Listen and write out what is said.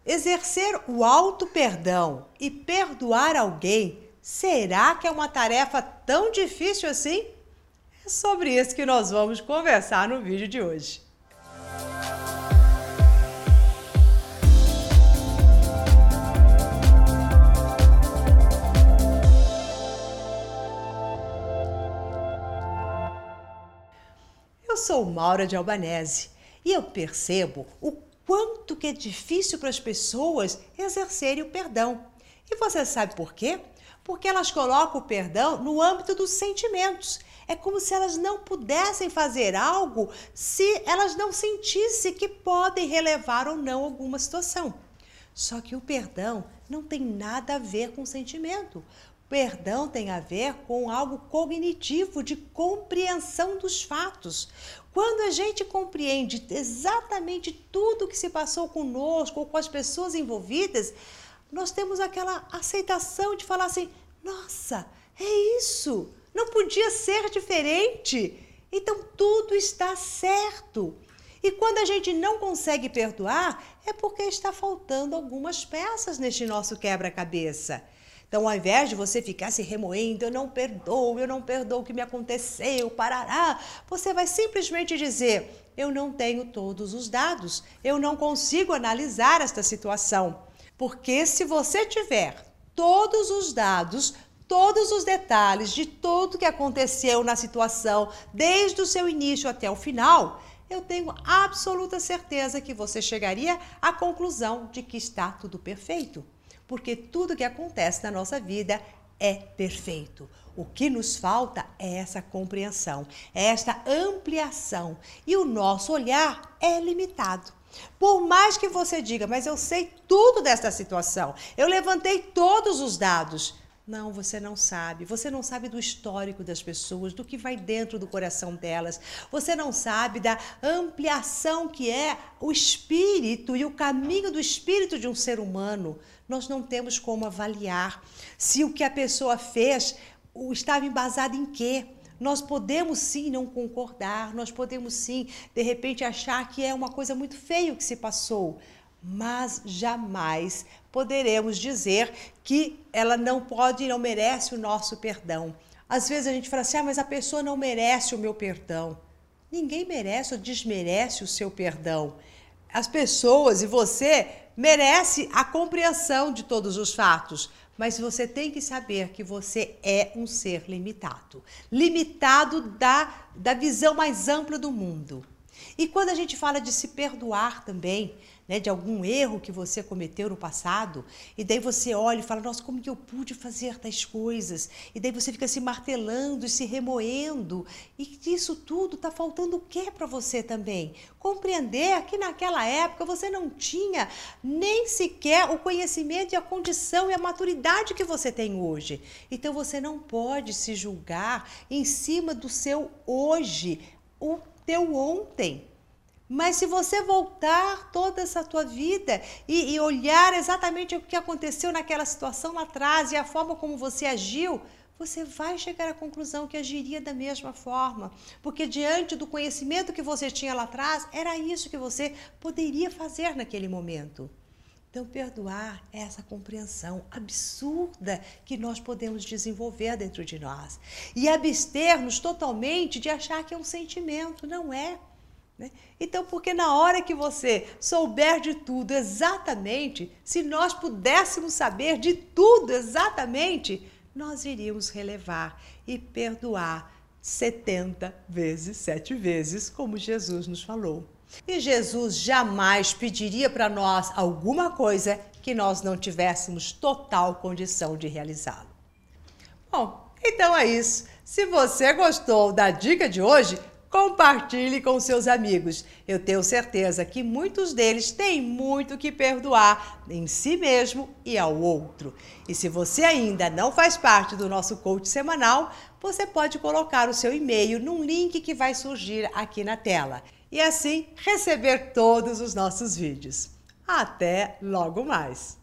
Exercer o auto-perdão e perdoar alguém, será que é uma tarefa tão difícil assim? É sobre isso que nós vamos conversar no vídeo de hoje. Eu sou Maura de Albanese e eu percebo o quanto que é difícil para as pessoas exercerem o perdão. E você sabe por quê? Porque elas colocam o perdão no âmbito dos sentimentos. É como se elas não pudessem fazer algo se elas não sentissem que podem relevar ou não alguma situação. Só que o perdão não tem nada a ver com sentimento. O perdão tem a ver com algo cognitivo, de compreensão dos fatos. Quando a gente compreende exatamente tudo que se passou conosco ou com as pessoas envolvidas, nós temos aquela aceitação de falar assim, nossa, é isso, não podia ser diferente, então tudo está certo. E quando a gente não consegue perdoar, é porque está faltando algumas peças neste nosso quebra-cabeça. Então, ao invés de você ficar se remoendo, eu não perdoo o que me aconteceu, parará, você vai simplesmente dizer, eu não tenho todos os dados, eu não consigo analisar esta situação. Porque se você tiver todos os dados, todos os detalhes de tudo que aconteceu na situação, desde o seu início até o final, eu tenho absoluta certeza que você chegaria à conclusão de que está tudo perfeito. Porque tudo que acontece na nossa vida é perfeito. O que nos falta é essa compreensão, é esta ampliação. E o nosso olhar é limitado. Por mais que você diga, mas eu sei tudo desta situação, eu levantei todos os dados. Não, você não sabe do histórico das pessoas, do que vai dentro do coração delas, você não sabe da ampliação que é o espírito e o caminho do espírito de um ser humano. Nós não temos como avaliar se o que a pessoa fez estava embasado em quê. Nós podemos sim não concordar, nós podemos sim, de repente, achar que é uma coisa muito feia o que se passou, mas jamais poderemos dizer que ela não pode e não merece o nosso perdão. Às vezes a gente fala assim, mas a pessoa não merece o meu perdão. Ninguém merece ou desmerece o seu perdão. As pessoas e você merece a compreensão de todos os fatos, mas você tem que saber que você é um ser limitado. Limitado da visão mais ampla do mundo. E quando a gente fala de se perdoar também, né, de algum erro que você cometeu no passado, e daí você olha e fala, nossa, como que eu pude fazer tais coisas? E daí você fica se martelando e se remoendo. E isso tudo está faltando o que para você também? Compreender que naquela época você não tinha nem sequer o conhecimento e a condição e a maturidade que você tem hoje. Então você não pode se julgar em cima do seu hoje, o teu ontem. Mas se você voltar toda essa tua vida e olhar exatamente o que aconteceu naquela situação lá atrás e a forma como você agiu, você vai chegar à conclusão que agiria da mesma forma. Porque diante do conhecimento que você tinha lá atrás, era isso que você poderia fazer naquele momento. Então, perdoar é essa compreensão absurda que nós podemos desenvolver dentro de nós. E abster-nos totalmente de achar que é um sentimento, não é. Então, porque na hora que você souber de tudo exatamente, se nós pudéssemos saber de tudo exatamente, nós iríamos relevar e perdoar 70 vezes, 7 vezes, como Jesus nos falou. E Jesus jamais pediria para nós alguma coisa que nós não tivéssemos total condição de realizá-lo. Bom, então é isso. Se você gostou da dica de hoje, compartilhe com seus amigos. Eu tenho certeza que muitos deles têm muito que perdoar em si mesmo e ao outro. E se você ainda não faz parte do nosso coach semanal, você pode colocar o seu e-mail num link que vai surgir aqui na tela. E assim receber todos os nossos vídeos. Até logo mais!